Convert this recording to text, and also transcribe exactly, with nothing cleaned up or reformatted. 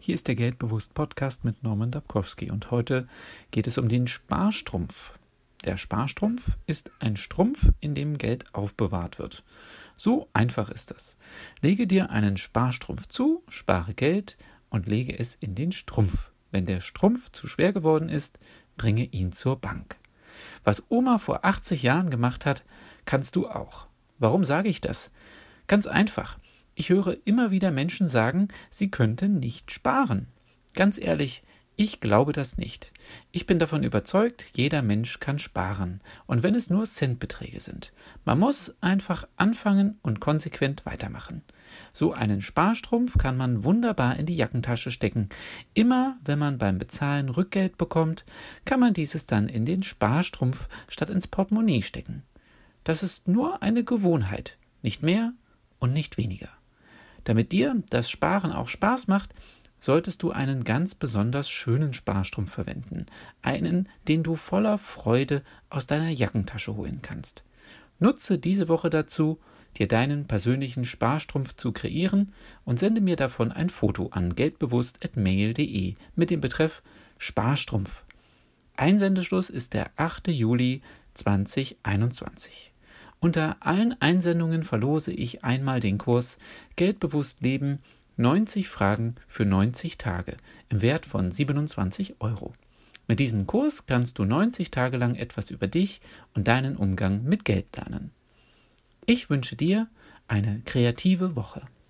Hier ist der Geldbewusst-Podcast mit Norman Dabkowski und heute geht es um den Sparstrumpf. Der Sparstrumpf ist ein Strumpf, in dem Geld aufbewahrt wird. So einfach ist das. Lege dir einen Sparstrumpf zu, spare Geld und lege es in den Strumpf. Wenn der Strumpf zu schwer geworden ist, bringe ihn zur Bank. Was Oma vor achtzig Jahren gemacht hat, kannst du auch. Warum sage ich das? Ganz einfach. Ich höre immer wieder Menschen sagen, sie könnten nicht sparen. Ganz ehrlich, ich glaube das nicht. Ich bin davon überzeugt, jeder Mensch kann sparen. Und wenn es nur Centbeträge sind. Man muss einfach anfangen und konsequent weitermachen. So einen Sparstrumpf kann man wunderbar in die Jackentasche stecken. Immer wenn man beim Bezahlen Rückgeld bekommt, kann man dieses dann in den Sparstrumpf statt ins Portemonnaie stecken. Das ist nur eine Gewohnheit, nicht mehr und nicht weniger. Damit dir das Sparen auch Spaß macht, solltest du einen ganz besonders schönen Sparstrumpf verwenden. Einen, den du voller Freude aus deiner Jackentasche holen kannst. Nutze diese Woche dazu, dir deinen persönlichen Sparstrumpf zu kreieren und sende mir davon ein Foto an geldbewusst at mail punkt de mit dem Betreff Sparstrumpf. Einsendeschluss ist der achte Juli zweitausendeinundzwanzig. Unter allen Einsendungen verlose ich einmal den Kurs Geldbewusst Leben, neunzig Fragen für neunzig Tage im Wert von siebenundzwanzig Euro. Mit diesem Kurs kannst du neunzig Tage lang etwas über dich und deinen Umgang mit Geld lernen. Ich wünsche dir eine kreative Woche.